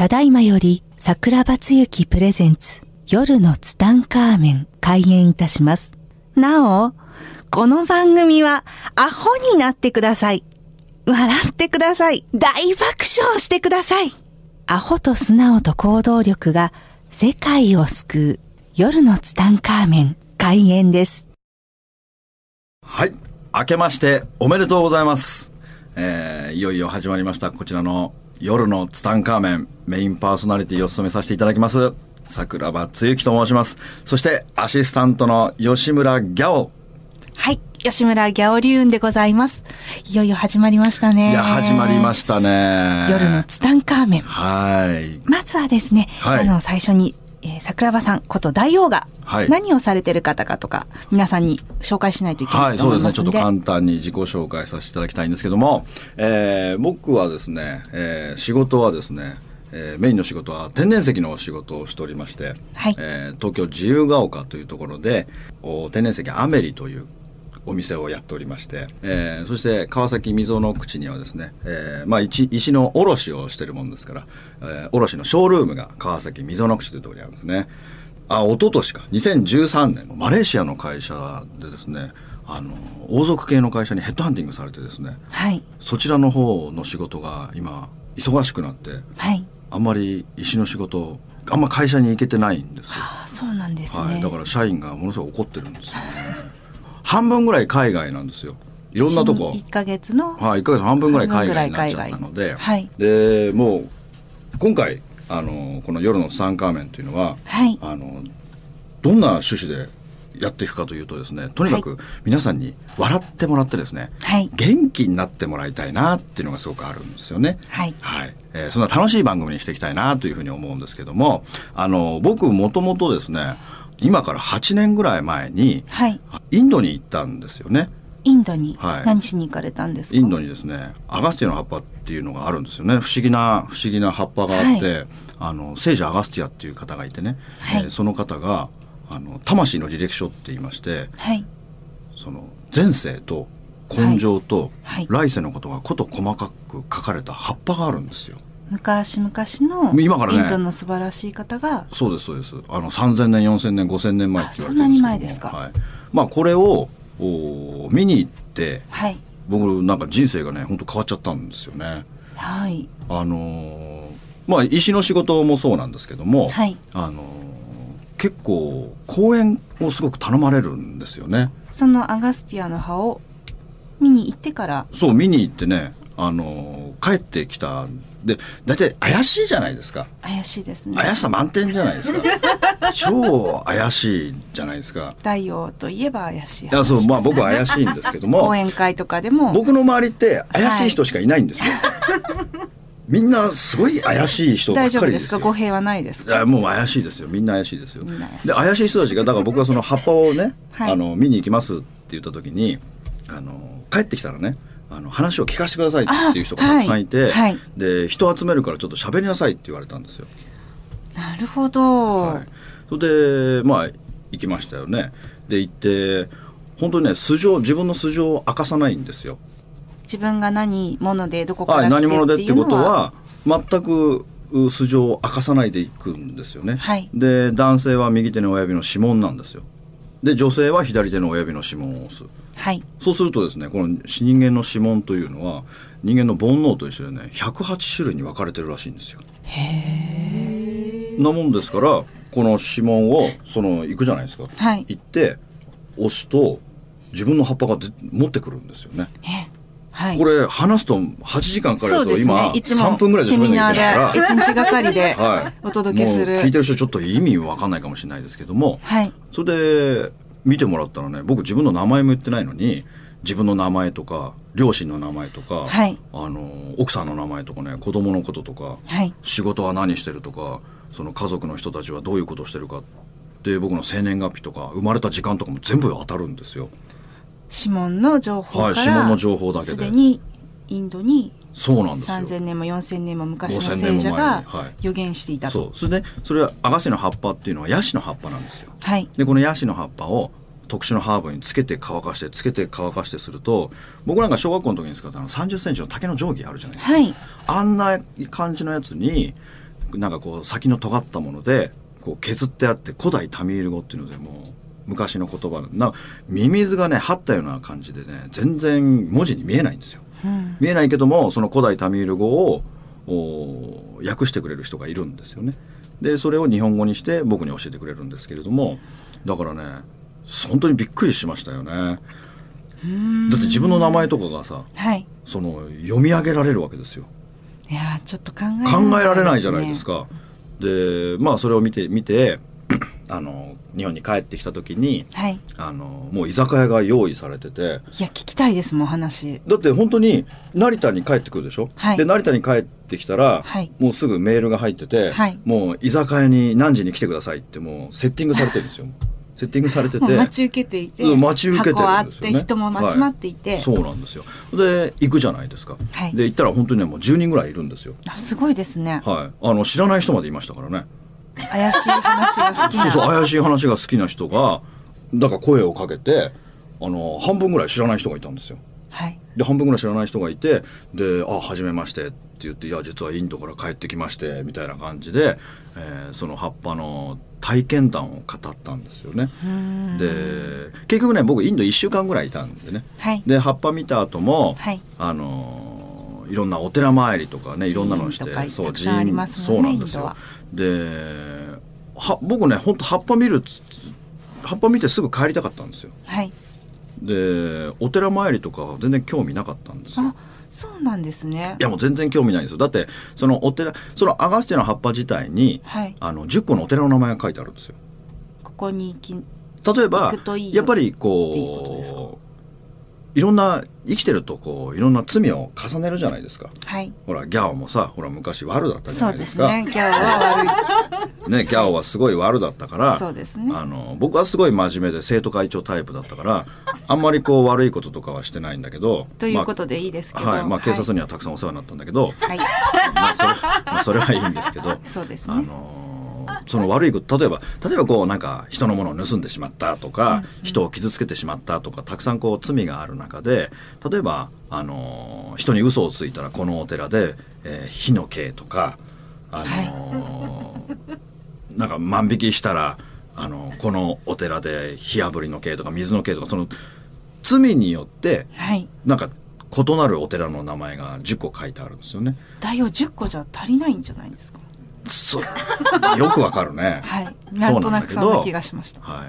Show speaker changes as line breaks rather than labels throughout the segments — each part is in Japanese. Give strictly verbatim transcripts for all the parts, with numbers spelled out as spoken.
ただいまより桜庭つゆきプレゼンツ夜のツタンカーメン開演いたします。なお、この番組はアホになってください。笑ってください。大爆笑してください。アホと素直と行動力が世界を救う夜のツタンカーメン開演です。
はい、明けましておめでとうございます。えー、いよいよ始まりましたこちらの夜のツタンカーメン、メインパーソナリティを務めさせていただきます桜庭つゆきと申します。そしてアシスタントの吉村ギャオ。
はい、吉村ギャオリューンでございます。いよいよ始まりましたね。
いや、始まりましたね。
夜のツタンカーメン。
はい。
まずはですね、はい、あの最初に、えー、桜庭さんこと大王が何をされてる方かとか、はい、皆さんに紹介しないといけないと思いますので、はい、そうですね、ちょっと簡
単に自己紹介させていただきたいんですけども、えー、僕はですね、えー、仕事はですね、えー、メインの仕事は天然石の仕事をしておりまして、はい、えー、東京自由が丘というところで天然石アメリというお店をやっておりまして、えー、そして川崎溝の口にはですね、えーまあ、石, 石の卸をしているもんですから、えー、卸のショールームが川崎溝の口というところにあるんですね。あ、一昨年かにせんじゅうさんねんマレーシアの会社でですね、あの王族系の会社にヘッドハンティングされてですね、はい、そちらの方の仕事が今忙しくなって、はい、あんまり石の仕事あんま会社に行けてないんですよ。
あ、そうなんですね、
はい、だから社員がものすごい怒ってるんですよね半分ぐらい海外なんですよ。いろんなとこ
いっかげつの、
はい、いっかげつの半分ぐらい海外になっちゃったので、はい、でもう今回あのこの夜のツタンカーメンというのは、はい、あのどんな趣旨でやっていくかというとですね、とにかく皆さんに笑ってもらってですね、はい、元気になってもらいたいなっていうのがすごくあるんですよね。はいはい、えー、そんな楽しい番組にしていきたいなというふうに思うんですけども、あの僕もともとですね、今からはちねんぐらい前に、はい、インドに行ったんですよね。
インドに何しに行かれたんですか？
インドにですね、アガスティアの葉っぱっていうのがあるんですよね。不思議な不思議な葉っぱがあって、はい、あの聖ジアガスティアっていう方がいてね、はい、えー、その方があの魂の履歴書って言いまして、はい、その前世と根性と来世のことがこと細かく書かれた葉っぱがあるんですよ。
昔々の今から、ね、インドの素晴らしい方が、
そうですそうです、あのさんぜんねんよんせんねんごせんねんまえって言われてるんですけども、
そんなに前ですか。
はい、まあ、これを見に行って、はい、僕なんか人生がね本当変わっちゃったんですよね。はい、あのー、まあ石の仕事もそうなんですけども、はい、あのー、結構講演をすごく頼まれるんですよね。
そのアガスティアの葉を見に行ってから。
そう見に行ってね、あのー、帰ってきたで、だいたい怪しいじゃないですか。
怪しいですね。
怪しさ満点じゃないですか超怪しいじゃないですか。
大王といえば怪しい話ですね。いや、
そう、まあ、僕は怪しいんですけども
講演会とかでも
僕の周りって怪しい人しかいないんですよ、はい、みんなすごい怪しい人ばっかりですよ。
大丈夫ですか？語弊はないですか？
いや、もう怪しいですよ。みんな怪しいですよ。怪しいで怪しい人たちが、だから僕はその葉っぱをね、はい、あの見に行きますって言った時に、あの帰ってきたらね、あの話を聞かせてくださいっていう人がたくさんいて、はいはい、で人集めるからちょっと喋りなさいって言われたんですよ。
なるほど、はい、
それでまあ行きましたよね。で行って本当にね、素性、自分の素性を明かさないんですよ。
自分が何者でどこから来てっていうのは、
はい、何者でってことは全く素性を明かさないでいくんですよね、はい、で男性は右手の親指の指紋なんですよ。で女性は左手の親指の指紋を押す、はい、そうするとですね、この人間の指紋というのは人間の煩悩と一緒でね、ひゃくはち種類に分かれてるらしいんですよ。へー。なもんですから、この指紋をその行くじゃないですか、はい、行って押すと自分の葉っぱが持ってくるんですよね。はい、これ話すとはちじかんかかるんですよ。今いつもさんぷんぐらいで喋らなきゃいけないから、
セミナーでいちにちがかりでお届けする、
はい、もう聞いてる人ちょっと意味わかんないかもしれないですけども、はい、それで見てもらったらね、僕自分の名前も言ってないのに、自分の名前とか両親の名前とか、はい、あの奥さんの名前とかね、子供のこととか、はい、仕事は何してるとか、その家族の人たちはどういうことをしてるかで、僕の生年月日とか生まれた時間とかも全部当たるんですよ。
指紋の情報から、はい、
指紋の情報だけです
でにインドに
そうなんですよ、
さんぜんねんもよんせんねんも昔の聖者が予言していたと。
そう、それでそれはアガシの葉っぱっていうのはヤシの葉っぱなんですよ、はい、でこのヤシの葉っぱを特殊なハーブにつけて乾かしてつけて乾かしてすると、僕なんか小学校の時に使ったのさんじゅっセンチの竹の定規あるじゃないですか、はい、あんな感じのやつになんかこう先の尖ったものでこう削ってあって、古代タミール語っていうのでもう昔の言葉な、ミミズがね張ったような感じでね全然文字に見えないんですよ、うん、見えないけどもその古代タミール語を訳してくれる人がいるんですよね。でそれを日本語にして僕に教えてくれるんですけれども、だからね本当にびっくりしましたよね。だって自分の名前とかがさ、はい、その読み上げられるわけですよ。
いやちょっと考えられないです
ね、考えられないじゃないですか。でまあそれを見て見てあの日本に帰ってきた時に、はい、あのもう居酒屋が用意されてて、い
や聞きたいですもん話。
だって本当に成田に帰ってくるでしょ、はい、で成田に帰ってきたら、はい、もうすぐメールが入ってて、はい、もう居酒屋に何時に来てくださいってもうセッティングされてるんですよセッティングされてて
待ち受けていて、
待ち受けてるんですよね。箱あって
人も集まっていて、
はい、そうなんですよ。で行くじゃないですか、はい、で行ったら本当にねもうじゅうにんぐらいいるんですよ。
あすごいですね、
はい、あの知らない人までいましたからね。
怪しい話が好きな
そうそう怪しい話が好きな人がだから声をかけて、あの半分ぐらい知らない人がいたんですよ、はい、で半分ぐらい知らない人がいて、であ初めましてって言って、いや実はインドから帰ってきましてみたいな感じで、えー、その葉っぱの体験談を語ったんですよね。で結局ね僕インドいっしゅうかんぐらいいたんでね、はい、で葉っぱ見た後も、はい、あのいろんなお寺参りとかねいろんなのして
寺院とかたくさんありますもんね、インドは。
では僕ね本当葉っぱ見る葉っぱ見てすぐ帰りたかったんですよ、はい、でお寺参りとか全然興味なかったんですよ。
あそうなんですね。
いやもう全然興味ないんですよ。だってそのお寺そのアガスティアの葉っぱ自体に、はい、あのじゅっこのお寺の名前が書いてあるんですよ。
ここに行き
例えばやっぱりこういろんな生きてるとこういろんな罪を重ねるじゃないですか、はい、ほらギャオもさほら昔悪だったじゃないですか。
そうですねギャオは悪い
ね、ギャオはすごい悪だったから、
そうですね、
あの僕はすごい真面目で生徒会長タイプだったからあんまりこう悪いこととかはしてないんだけど
ということでいいですけど、
まあはいまあ、警察にはたくさんお世話になったんだけど、はいまあ、それまあ、それはいいんですけど
そうですね、
あのその悪いこと例えば例えばこうなんか人のものを盗んでしまったとか、うんうん、人を傷つけてしまったとかたくさんこう罪がある中で、例えばあの人に嘘をついたらこのお寺で、えー、火の刑とかあの、はい、なんか万引きしたらあのこのお寺で火あぶりの刑とか水の刑とかその罪によって、はい、なんか異なるお寺の名前がじゅっこ書いてあるんですよね。
だよじゅっこじゃ足りないんじゃないですか。
そうよくわかるね、
はい、なんとなくそんな気がしました。
はい、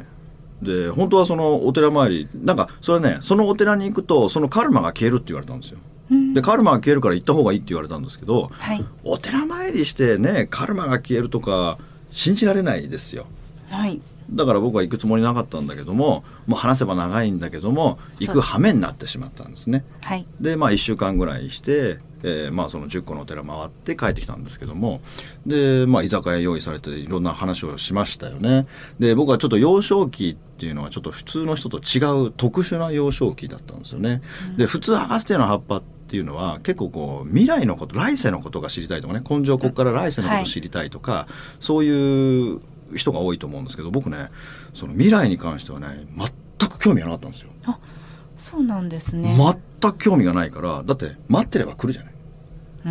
で本当はそのお寺参りなんかそれねそのお寺に行くとそのカルマが消えるって言われたんですよ。でカルマが消えるから行った方がいいって言われたんですけど、はい、お寺参りしてねカルマが消えるとか信じられないですよ、はい、だから僕は行くつもりなかったんだけどももう話せば長いんだけども行く羽目になってしまったんですね。はい、でまあいっしゅうかんぐらいしてえーまあ、そのじゅっこのお寺回って帰ってきたんですけども、で、まあ、居酒屋用意されていろんな話をしましたよね。で僕はちょっと幼少期っていうのはちょっと普通の人と違う特殊な幼少期だったんですよね、うん、で普通アガスティアの葉っぱっていうのは結構こう未来のこと来世のことが知りたいとかね根性ここから来世のことを知りたいとか、はい、そういう人が多いと思うんですけど僕ねその未来に関してはね全く興味がなかったんですよ。
あそうなんですね。
全く興味がないからだって待ってれば来るじゃない。
うん、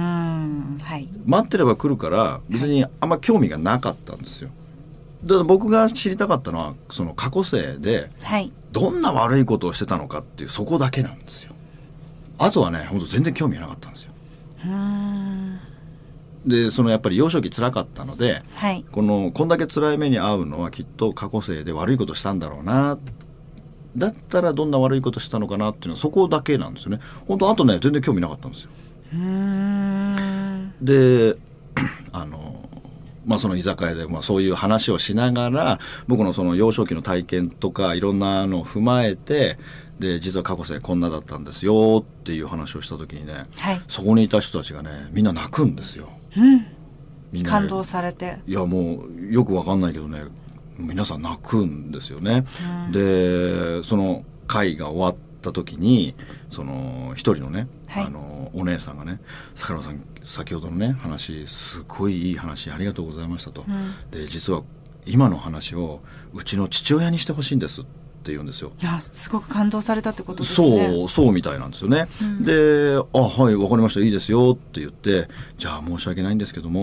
はい、
待ってれば来るから別にあんま興味がなかったんですよ。だから僕が知りたかったのはその過去世でどんな悪いことをしてたのかっていうそこだけなんですよ。あとはね本当全然興味がなかったんですよ。うーんでそのやっぱり幼少期辛かったので、はい、このこんだけ辛い目に遭うのはきっと過去世で悪いことしたんだろうな、だったらどんな悪いことしたのかなっていうのはそこだけなんですよね。本当あとね全然興味なかったんですよ。うーんであの、まあ、その居酒屋で、まあ、そういう話をしながら僕のその幼少期の体験とかいろんなのを踏まえてで実は過去世こんなだったんですよっていう話をした時にね、はい、そこにいた人たちがねみんな泣くんですよ、うん、
みんな感動されて
いやもうよくわかんないけどね皆さん泣くんですよね、うん、でその会が終わった時にその一人のね、はい、あのお姉さんがね坂野さん先ほどのね話すごいいい話ありがとうございましたと、うん、で実は今の話をうちの父親にしてほしいんですって言うんですよ。
あすごく感動されたってことですね。
そうそうみたいなんですよね、うん、であはいわかりましたいいですよって言ってじゃあ申し訳ないんですけども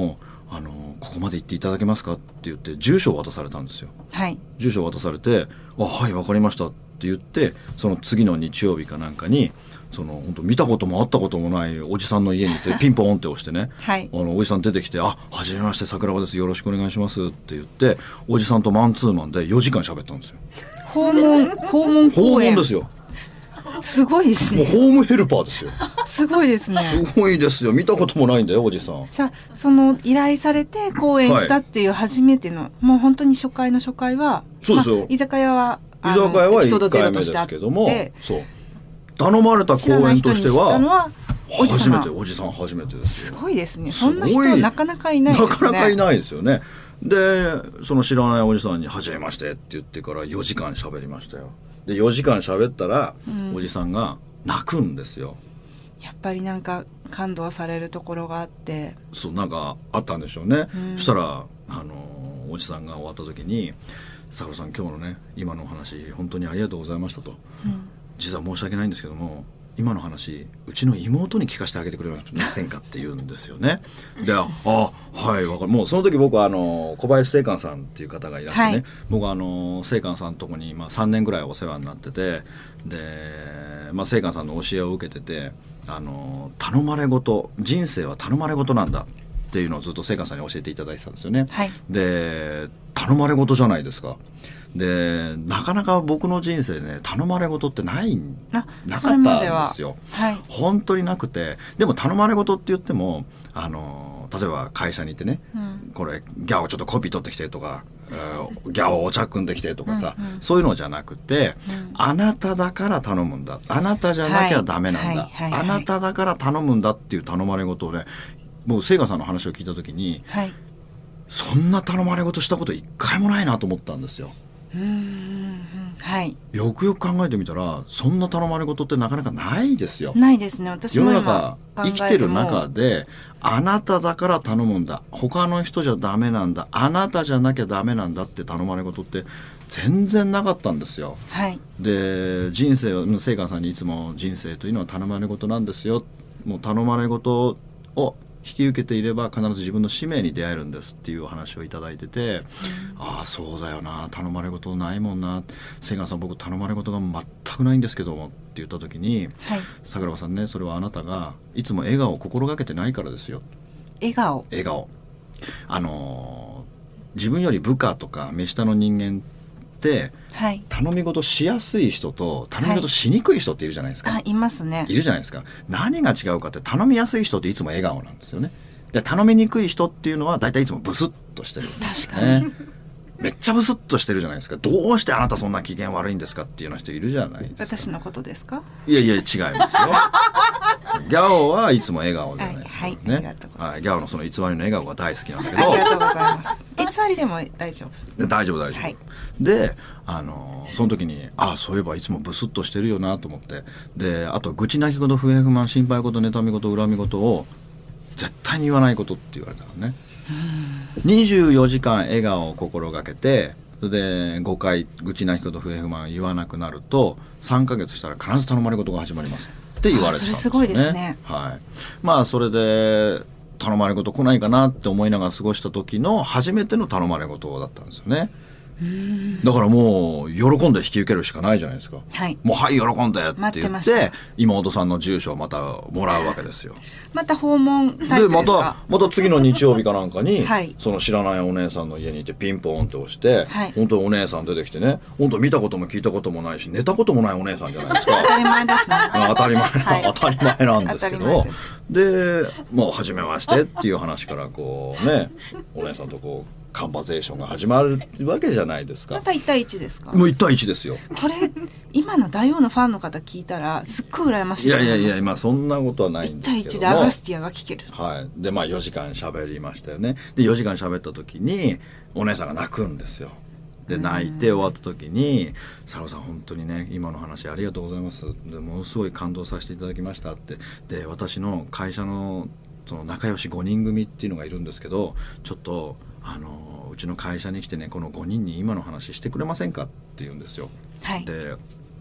あのここまで行っていただけますかって言って住所を渡されたんですよ。
はい、
住所を渡されて、あ、はい、わかりましたって言って、その次の日曜日かなんかにその本当見たことも会ったこともないおじさんの家に行ってピンポンって押してね、
はい、
あのおじさん出てきて、あ、はじめまして桜庭です、よろしくお願いしますって言って、おじさんとマンツーマンでよじかん喋ったんですよ。
訪問訪問公演
訪問ですよ。
すごいですね。
もうホームヘルパーですよ。
すごいですね。
すごいですよ。見たこともないんだよおじさん。
じゃあその依頼されて講演したっていう初めての、はい、もう本当に初回の初回は、
そうですよ、
まあ、居酒屋は
居酒屋はいっかいめですけども、そう頼まれた講演としては初めて、おじさん初めてですよ。
すごいですね。そんな人なかなかいないですね。
なかなかいないですよね。でその知らないおじさんに初めましてって言ってからよじかん喋りましたよ。でよじかん喋ったら、うん、おじさんが泣くんですよ。
やっぱりなんか感動されるところがあって、
そうなんかあったんでしょうね、うん、そしたらあのおじさんが終わった時に、桜さん今日のね今のお話本当にありがとうございましたと、うん、実は申し訳ないんですけども今の話うちの妹に聞かせてあげてくれませんかって言うんですよね。で、あ、はい、わかる。もうその時僕はあの小林正観さんっていう方がいらしてね、はい、僕はあの正観さんのとこに、まあ、さんねんぐらいお世話になってて、で、まあ、正観さんの教えを受けてて、あの頼まれごと、人生は頼まれごとなんだっていうのをずっと正観さんに教えていただいてたんですよね、はい、で頼まれごとじゃないですか。でなかなか僕の人生ね頼まれ事ってないなかったんですよ、はい、本当になくて。でも頼まれ事って言ってもあの例えば会社にいてね、うん、これギャオちょっとコピー取ってきてとか、ギャオお茶汲んできてとかさ、うんうん、そういうのじゃなくて、うん、あなただから頼むんだ、あなたじゃなきゃダメなんだ、はいはいはいはい、あなただから頼むんだっていう頼まれ事をね、もう聖華さんの話を聞いた時に、はい、そんな頼まれ事したこと一回もないなと思ったんですよ。うんうんうん、はい、よくよく考えてみたらそんな頼まれ事ってなかなかないですよ。
ないですね。私も今
世の中生きてる中であなただから頼むんだ、他の人じゃダメなんだ、あなたじゃなきゃダメなんだって頼まれ事って全然なかったんですよ、はい、で人生を聖寛さんにいつも人生というのは頼まれ事なんですよ、もう頼まれ事を引き受けていれば必ず自分の使命に出会えるんですっていうお話をいただいてて、うん、ああそうだよな、頼まれ事ないもんな、聖寛さん僕頼まれ事が全くないんですけどもって言った時に、はい、桜庭さんね、それはあなたがいつも笑顔を心がけてないからですよ。
笑顔
笑顔あのー、自分より部下とか目下の人間って頼み事しやすい人と頼み事しにくい人っているじゃないですか、
はい、あいますね。
いるじゃないですか。何が違うかって、頼みやすい人っていつも笑顔なんですよね。で頼みにくい人っていうのはだいたいいつもブスッとしてる、ね、
確かに
めっちゃブスッとしてるじゃないですか。どうしてあなたそんな機嫌悪いんですかっていうような人いるじゃないですか。
私のことですか。
いやいや違いますよギャオはいつも笑顔じゃないですか、
はい、はい、ありがとうございます、
はい、ギャオのその偽りの笑顔が大好きなんだけど
ありがとうございます偽りでも大丈夫
大丈夫大丈夫、はい、であのその時にああそういえばいつもブスッとしてるよなと思って、であと愚痴泣き言、不平不満、心配事、妬み事、恨み事を絶対に言わないことって言われたのね。にじゅうよじかん笑顔を心がけて、それでごかい愚痴泣き言、不平不満言わなくなるとさんかげつしたら必ず頼まれ事が始まりますって言われてたんですよね。
それすごいですね、
はい、まあそれで頼まれ事来ないかなって思いながら過ごした時の初めての頼まれ事だったんですよね。だからもう喜んで引き受けるしかないじゃないですか、はい、もうはい喜んでって言って妹さんの住所をまたもらうわけですよ
また訪問タイプですか。
でまたまた次の日曜日かなんかに、はい、その知らないお姉さんの家にいてピンポンって押して、はい、本当にお姉さん出てきてね、本当見たことも聞いたこともないし寝たこともないお姉さんじゃないですか
当たり前ですね
当たり前、はい、当たり前なんですけど、でもう初めましてっていう話からこうねお姉さんとこうカンバゼーションが始まるわけじゃないですか。
またいち対いちですか。
もういち対いちですよ。
これ今の大王のファンの方聞いたらすっごい羨ましい。
いやいやいや今そんなことはないんですけどもいち対いちでアガスティアが聞ける、はい、でまあよじかん喋りましたよね。でよじかん喋った時にお姉さんが泣くんですよ。で泣いて終わった時に「サロさん本当にね今の話ありがとうございます」でものすごい感動させていただきましたって、で私の会社のその仲良しごにん組っていうのがいるんですけど、ちょっとあのうちの会社に来てねこのごにんに今の話してくれませんかって言うんですよ、はい、で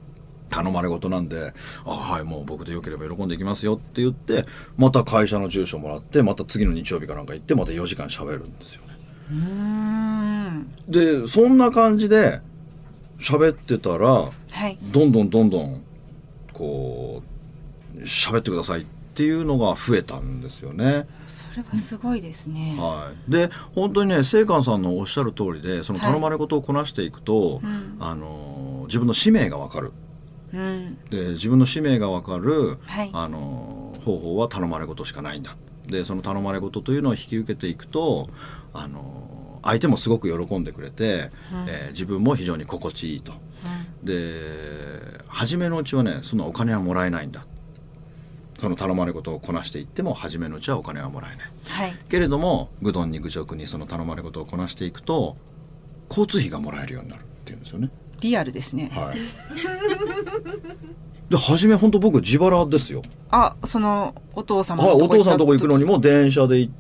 頼まれ事なんで、あ、はい、もう僕でよければ喜んでいきますよって言って、また会社の住所もらって、また次の日曜日かなんか行って、またよじかん喋るんですよね。
うーん
でそんな感じで喋ってたら、
はい、
どんどんどんどんこう喋ってくださいっていうのが増えたんですよね。
それはすごいですね。
はい、で本当にね、正観さんのおっしゃる通りで、その頼まれ事をこなしていくと、はい、あの自分の使命が分かる、うん、で自分の使命が分かる、はい、あの方法は頼まれ事しかないんだ。でその頼まれ事というのを引き受けていくと、あの相手もすごく喜んでくれて、うん、えー、自分も非常に心地いいと、うん、で初めのうちはね、そのお金はもらえないんだ。その頼まれ事をこなしていっても初めのうちはお金はもらえない、はい、けれども愚鈍に愚直にその頼まれ事をこなしていくと交通費がもらえるようになるっていうんですよね。
リアルですね。
はい、で初め本当僕自腹ですよ。
あ、そのお父様のとこ、
はい、お父さんのとこ行くのにも電車で行って、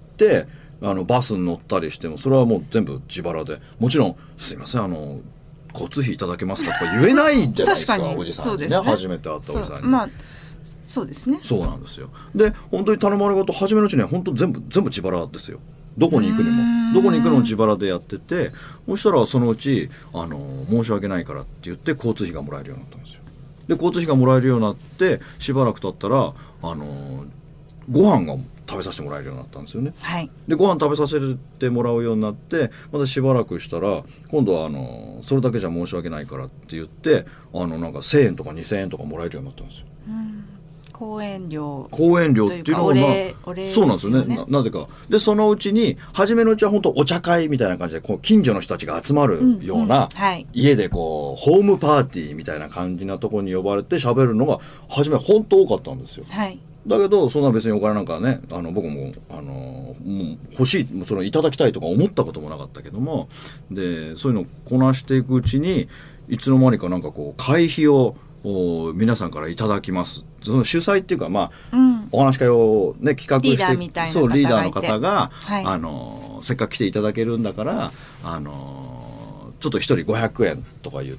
あのバスに乗ったりしてもそれはもう全部自腹で、もちろんすいません、あの交通費いただけますかとか言えないじゃないですか。確かにおじさんに ね, ね初めて会ったおじさんに。まあ
そうですね。
そうなんですよ。で本当に頼まれ事初めのうちには本当全部全部自腹ですよ。どこに行くにもどこに行くのも自腹でやってて、そしたらそのうちあの申し訳ないからって言って交通費がもらえるようになったんですよ。で交通費がもらえるようになってしばらく経ったらあのご飯が食べさせてもらえるようになったんですよね。はい、でご飯食べさせてもらうようになって、またしばらくしたら今度はあのそれだけじゃ申し訳ないからって言ってあのなんかせんえんとかにせんえんとかもらえるようになったんですよ。うん、
講演料
講演料っていうのが、まあ、そうなんですよね。 な, なぜかでそのうちに初めのうちは本当お茶会みたいな感じでこう近所の人たちが集まるような、うんうん、はい、家でこうホームパーティーみたいな感じなところに呼ばれて喋るのが初め本当多かったんですよ。はい、だけどそんな別にお金なんかね、あの僕もあのもう欲しい、そのいただきたいとか思ったこともなかったけども、でそういうのをこなしていくうちにいつの間にかなんかこう会費を皆さんからいただきます、その主催っていうか、まあうん、お話し会を、ね、企画してリーダーみたいな方がいて、そうリーダーの方が、はい、あのせっかく来ていただけるんだからあのちょっとひとりごひゃくえんとか言って、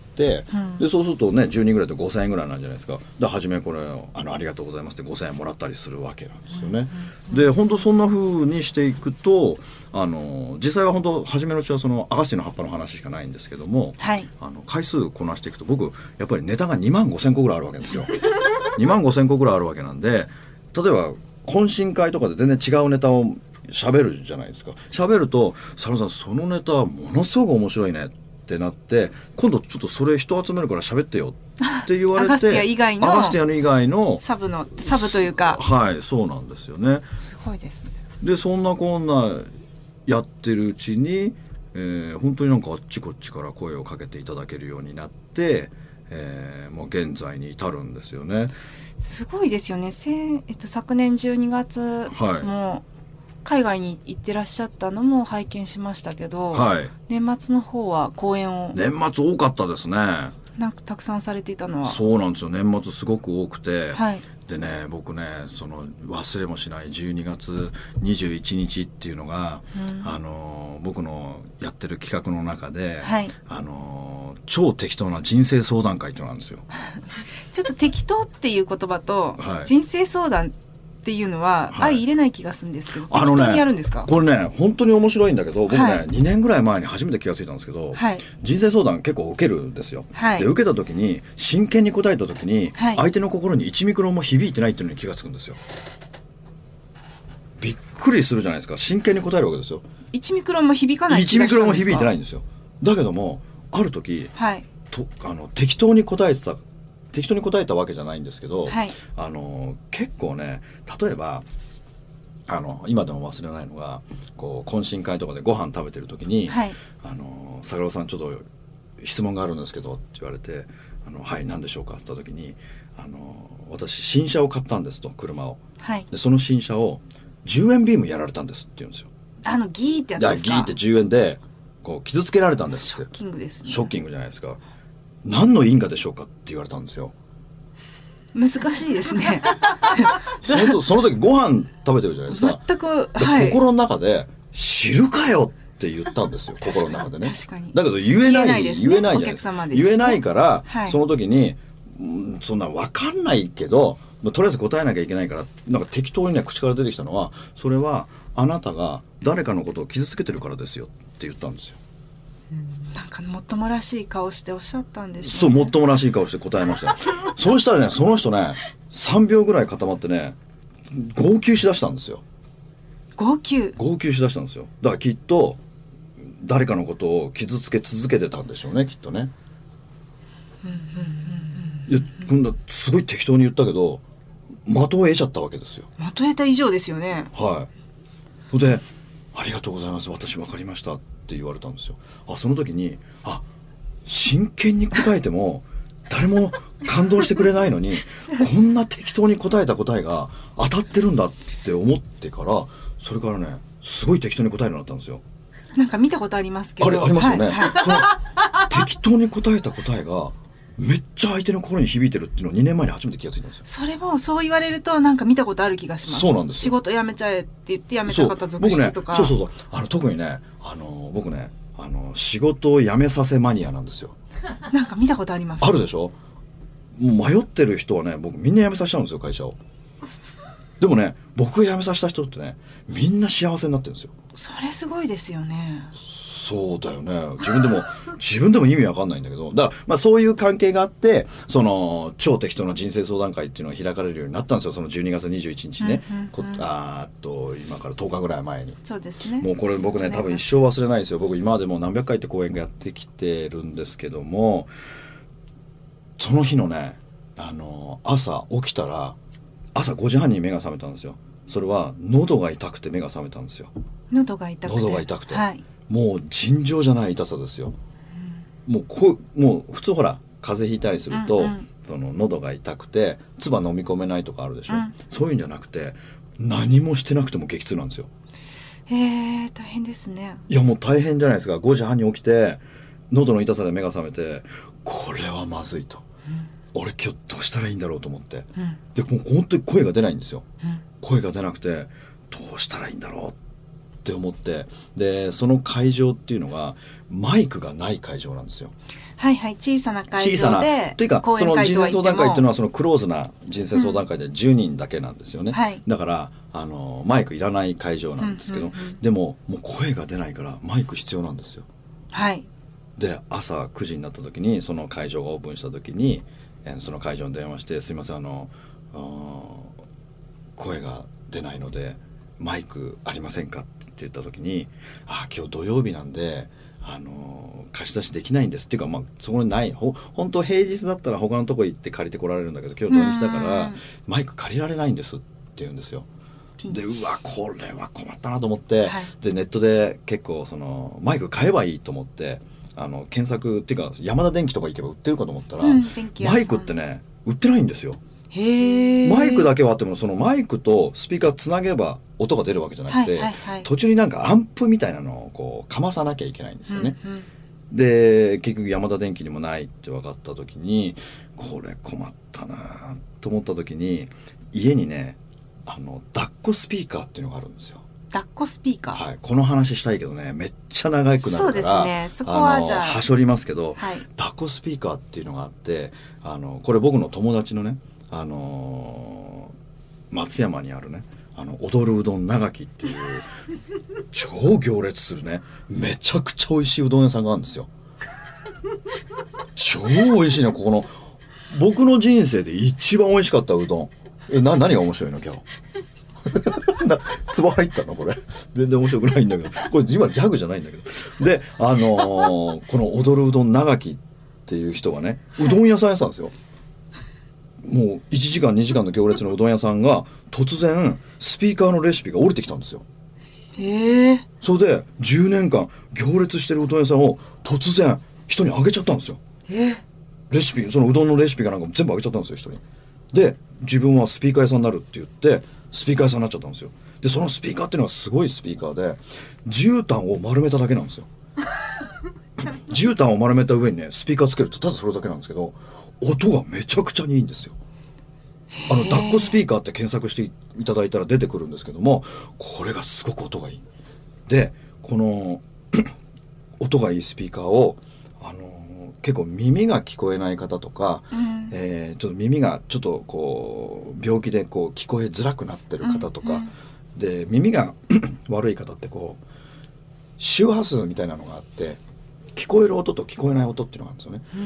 うん、でそうするとねじゅうにんぐらいでごせんえんぐらいなんじゃないですか。で初めこれあのありがとうございますってごせんえんもらったりするわけなんですよね。うんうんうん、で本当そんな風にしていくとあの実際は本当初めのうちはそのアガスティの葉っぱの話しかないんですけども、はい、あの回数こなしていくと僕やっぱりネタがにまんごせんこぐらいあるわけですよ。にまんごせんこぐらいあるわけなんで、例えば懇親会とかで全然違うネタを喋るじゃないですか。喋ると佐野さんそのネタはものすごく面白いねってなって、今度ちょっとそれ人集めるから喋ってよって言われて、アガスティア以外のアガスティア以外の
サブのサブというか、
はいそうなんですよね。
すごいですね。
でそんなこんなやってるうちに、えー、本当になんかあっちこっちから声をかけていただけるようになって、えー、もう現在に至るんですよね。
すごいですよね。せ、えっと、昨年じゅうにがつも海外に行ってらっしゃったのも拝見しましたけど、はい、年末の方は講演を
年末多かったですね。
なんかたくさんされていたのは
そうなんですよ。年末すごく多くて、はい、でね僕ねその忘れもしないじゅうにがつにじゅういちにちっていうのが、うん、あの僕のやってる企画の中で、はい、あの超適当な人生相談会っていうのなんですよ。
ちょっと適当っていう言葉と、はい、人生相談っていうのは相入れない気がするんですけど、はい、適当にやるんですか？
あのね、これね本当に面白いんだけど僕ね、はい、にねんぐらい前に初めて気がついたんですけど、はい、人生相談結構受けるんですよ。はい、で受けた時に真剣に答えた時に、はい、相手の心にいちミクロンも響いてないっていうのに気がつくんですよ。びっくりするじゃないですか。真剣に答えるわけですよ。
いちミクロンも響かない気がしたんですか？いちミクロンも響いてないんですよ。だけどもある時、はい、とあの適当に答えてた適当に答えたわけじゃないんですけど、はい、あの結構ね例えばあの今でも忘れないのがこう懇親会とかでご飯食べてる時に、はい、あの坂野さんちょっと質問があるんですけどって言われて、あのはい何でしょうかって言った時に、あの私新車を買ったんですと車を、はい、でその新車をじゅうえんビームやられたんですって言うんですよ。 あのギーってやつですか？
ギーってじゅうえんでこう傷つけられたんですって。
ショッキングですね。
ショッキングじゃないですか。何の因果でしょうかって言われたんですよ。
難しいですね。
その、その時ご飯食べてるじゃないですか。
全く、はい、
心の中で知るかよって言ったんですよ。心の中でね。
確かに
だけど言えない、言えない、ね、
お客様です、
言えないから、はい、その時にうん、そんな分かんないけどとりあえず答えなきゃいけないからなんか適当にね口から出てきたのはそれはあなたが誰かのことを傷つけてるからですよって言ったんですよ。
うん、なんかもっともらしい顔しておっしゃったんでしょうね。
そうもっともらしい顔して答えましたそうしたらねその人ねさんびょうぐらい固まってね号泣しだしたんですよ。
号泣
号泣しだしたんですよ。だからきっと誰かのことを傷つけ続けてたんでしょうねきっとね。いや今度すごい適当に言ったけど的を得ちゃったわけですよ。
的得た以上ですよね。
はいでありがとうございます私分かりましたって言われたんですよ。あその時にあ真剣に答えても誰も感動してくれないのにこんな適当に答えた答えが当たってるんだって思ってからそれからねすごい適当に答えるようになったんですよ。
なんか見たことありますけど
あれありますよね、
はいはい、
その適当に答えた答えがめっちゃ相手の心に響いてるっていうのをにねんまえに初めて気がついたんですよ。
それもそう言われるとなんか見たことある気がします。
そうなんですよ。
仕事辞めちゃえって言って辞めた方続出とか。
そう、僕ね、そうそうそうあの特にねあの僕ねあの仕事を辞めさせマニアなんですよ。
なんか見たことあります。
あるでしょ。もう迷ってる人はね僕みんな辞めさせちゃうんですよ会社を。でもね僕が辞めさせた人ってねみんな幸せになってるんですよ。
それすごいですよね。
そうだよね自分でも自分でも意味わかんないんだけどだから、まあ、そういう関係があってその超適当な人生相談会っていうのが開かれるようになったんですよ。そのじゅうにがつにじゅういちにちね、うんうんうん、こあっと今からとおかぐらい前に。
そうですね。
もうこれ僕ね多分一生忘れないですよ。僕今までもう何百回って講演がやってきてるんですけどもその日のねあの朝起きたら朝ごじはんに目が覚めたんですよ。それは喉が痛くて目が覚めたんですよ。
喉が痛くて
喉が痛くて、
はい、
もう尋常じゃない痛さですよ、うん、もうこもう普通ほら風邪ひいたりすると、うんうん、その喉が痛くて唾飲み込めないとかあるでしょ、うん、そういうんじゃなくて何もしてなくても激痛なんですよ。
へえ大変ですね。
いやもう大変じゃないですか。ごじはんに起きて喉の痛さで目が覚めてこれはまずいと、うん、俺今日どうしたらいいんだろうと思って、うん、でもう本当に声が出ないんですよ、うん、声が出なくてどうしたらいいんだろうって思ってでその会場っていうのがマイクがない会場なんですよ。
はいはい小さな会場で
というかその人生相談会っていうのはそのクローズな人生相談会でじゅうにんだけなんですよね、うんはい、だからあのマイクいらない会場なんですけど、うんうんうん、でももう声が出ないからマイク必要なんですよ。
はい
で朝くじになった時にその会場がオープンした時にその会場に電話してすいませんあの声が出ないのでマイクありませんかって言った時にあ今日土曜日なんであの貸し出しできないんですっていうか、まあ、そこにないほ本当平日だったら他のとこ行って借りてこられるんだけど今日土日だからマイク借りられないんですって言うんですよ。でうわこれは困ったなと思って、はい、でネットで結構そのマイク買えばいいと思ってあの検索っていうかヤマダ電機とか行けば売ってるかと思ったら、うん、マイクってね売ってないんですよ。
へ
マイクだけはあってもそのマイクとスピーカーつなげば音が出るわけじゃなくて、はいはいはい、途中になんかアンプみたいなのをこうかまさなきゃいけないんですよね、うんうん、で結局ヤマダ電機にもないって分かった時にこれ困ったなと思った時に家にねあの抱っこスピーカーっていうのがあるんですよ。
抱っこスピーカー、
はい、この話したいけどねめっちゃ長くなるから
そうですねそこはじゃあ
はしょりますけど、
はい、
抱っこスピーカーっていうのがあってあのこれ僕の友達のねあのー、松山にあるねあの踊るうどん長きっていう超行列するねめちゃくちゃ美味しいうどん屋さんがあるんですよ。超美味しいねここの僕の人生で一番美味しかったうどん。えな何が面白いの今日ツボ入ったのこれ全然面白くないんだけどこれ今ギャグじゃないんだけどであのー、この踊るうどん長きっていう人がねうどん屋さんやってたんですよ。もういちじかんにじかんの行列のうどん屋さんが突然スピーカーのレシピが降りてきたんですよ。
へえ。
それでじゅうねんかん行列してるうどん屋さんを突然人にあげちゃったんですよ。
え
レシピそのうどんのレシピがなんか全部あげちゃったんですよ人に。で自分はスピーカー屋さんになるって言ってスピーカー屋さんになっちゃったんですよ。でそのスピーカーっていうのはすごいスピーカーで絨毯を丸めただけなんですよ。絨毯を丸めた上にねスピーカーつけるとただそれだけなんですけど音がめちゃくちゃにいいんですよ。あの抱っこスピーカーって検索していただいたら出てくるんですけどもこれがすごく音がいい。でこの音がいいスピーカーを、あの結構耳が聞こえない方とか、
うん、
えー、ちょっと耳がちょっとこう病気でこう聞こえづらくなってる方とか、うんうん、で耳が悪い方ってこう周波数みたいなのがあって聞こえる音と聞こえない音っていうのがあるんですよね、うん、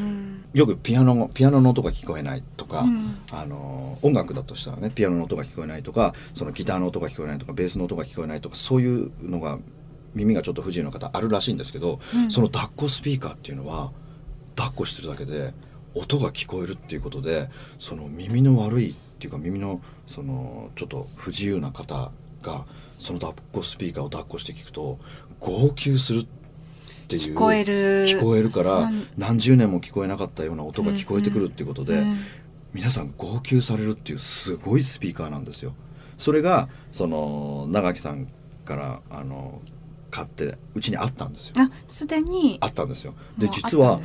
よくピアノピアノの音が聞こえないとか、うん、あの音楽だとしたらねピアノの音が聞こえないとかそのギターの音が聞こえないとかベースの音が聞こえないとかそういうのが耳がちょっと不自由な方あるらしいんですけど、うん、その抱っこスピーカーっていうのは抱っこしてるだけで音が聞こえるっていうことでその耳の悪いっていうか耳のそのちょっと不自由な方がその抱っこスピーカーを抱っこして聞くと号泣するっていう
聞こえる
聞こえるから何十年も聞こえなかったような音が聞こえてくるっていうことで、うんうん、皆さん号泣されるっていうすごいスピーカーなんですよ。それがその長木さんからあの買ってうちにあったんですよ。
あ、すでに
あったんですよ。で実は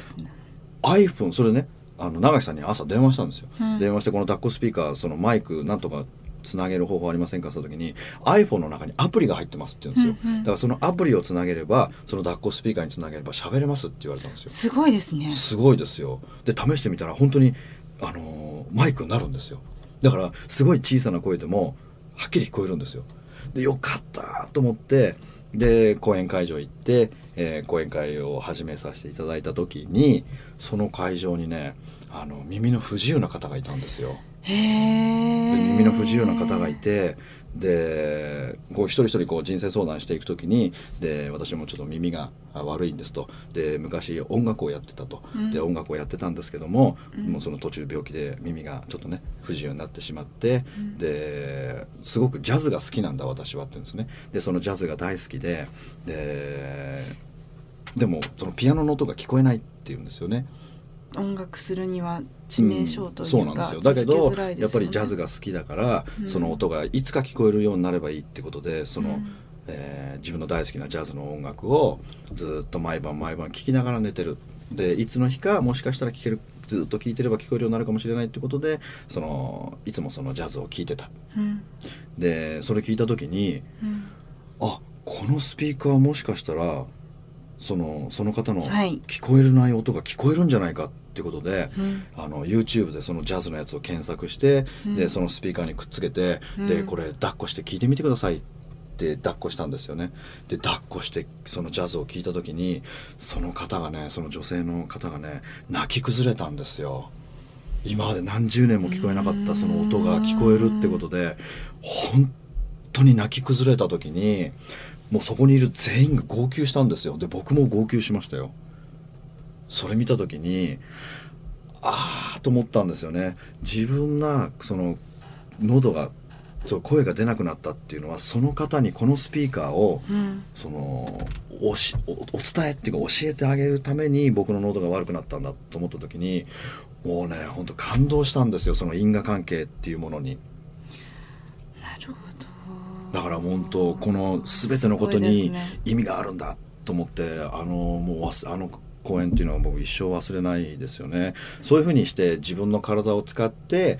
iPhone それねあの長木さんに朝電話したんですよ、うん、電話してこの抱っこスピーカーそのマイクなんとかつなげる方法ありませんかって言った時に iPhone の中にアプリが入ってますって言うんですよ、うんうん、だからそのアプリをつなげればその抱っこスピーカーにつなげれば喋れますって言われたんですよ。
すごいですね。
すごいですよ。で試してみたら本当にあのー、マイクになるんですよ。だからすごい小さな声でもはっきり聞こえるんですよ。でよかったと思ってで講演会場行って、えー、講演会を始めさせていただいた時にその会場にねあの耳の不自由な方がいたんですよ。
へー。
で耳の不自由な方がいてでこう一人一人こう人生相談していく時にで私もちょっと耳が悪いんですとで昔音楽をやってたと、うん、で音楽をやってたんですけども、うん、もうその途中病気で耳がちょっとね不自由になってしまって、うん、ですごくジャズが好きなんだ私はって言うんですね。でそのジャズが大好きでででもそのピアノの音が聞こえないって言うんですよね。
音楽するには致命傷というか、うん、
そうなんですよ。だけどやっぱりジャズが好きだから、うん、その音がいつか聞こえるようになればいいってことでその、うんえー、自分の大好きなジャズの音楽をずっと毎晩毎晩聴きながら寝てる。でいつの日かもしかしたら聴けるずっと聴いてれば聞こえるようになるかもしれないってことでそのいつもそのジャズを聴いてた、うん、でそれ聞いた時に、うん、あこのスピーカーもしかしたらその、その方の聞こえない音が聞こえるんじゃないかってことで、はい、あの YouTube でそのジャズのやつを検索して、うん、でそのスピーカーにくっつけて、うん、でこれ抱っこして聞いてみてくださいって抱っこしたんですよね。で抱っこしてそのジャズを聞いた時にその方がねその女性の方がね泣き崩れたんですよ。今まで何十年も聞こえなかったその音が聞こえるってことで本当に泣き崩れた時にもうそこにいる全員が号泣したんですよ。で僕も号泣しましたよ。それ見た時にあーと思ったんですよね。自分がその喉がそう声が出なくなったっていうのはその方にこのスピーカーを、うん、その お, し お, お伝えっていうか教えてあげるために僕の喉が悪くなったんだと思った時にもうね本当感動したんですよ。その因果関係っていうものに。
なるほど。
だから本当この全てのことに意味があるんだと思って、あのもうあの講演っていうのは僕一生忘れないですよね。そういうふうにして自分の体を使って、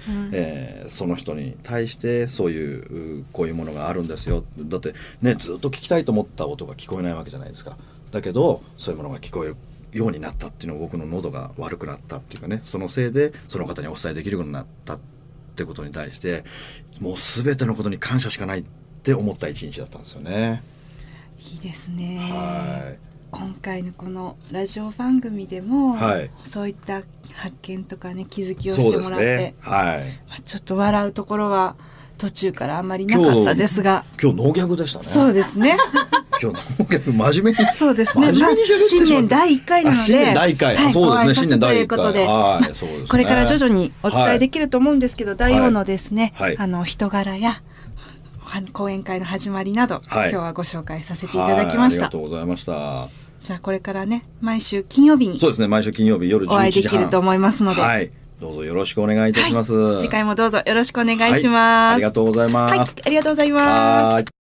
うんえー、その人に対してそういうこういうものがあるんですよ。だってねずっと聞きたいと思った音が聞こえないわけじゃないですか。だけどそういうものが聞こえるようになったっていうのは僕の喉が悪くなったっていうかねそのせいでその方にお伝えできるようになったってことに対してもう全てのことに感謝しかないって思った一日だったんですよね。
いいですね。
はい。
今回のこのラジオ番組でも、
はい、
そういった発見とかね気づきをしてもらって、
ねはい
まあ、ちょっと笑うところは途中からあんまりなかったですが
今日ノーギャグでしたね。
そうですね
今日ノーギャグ真面目に
そうですね、
真面目に喋ってしまった、
まあ、新年だいいっかいなので
新年だいいっかい、はい、そうですね新年だいいっかい
ということで、はいそうですね、これから徐々にお伝えできると思うんですけど、はい、大王のですね、はい、あの人柄や講演会の始まりなど、はい、今日はご紹介させていただきました。
ありがとうございました。
じゃあこれからね毎週金曜日に
そうですね毎週金曜日夜じゅういちじはん
お会いできると思いますので、
はい、どうぞよろしくお願いいたします、
はい、次回もどうぞよろしくお願いします、
はい、ありがとうございます、
はい、ありがとうございます。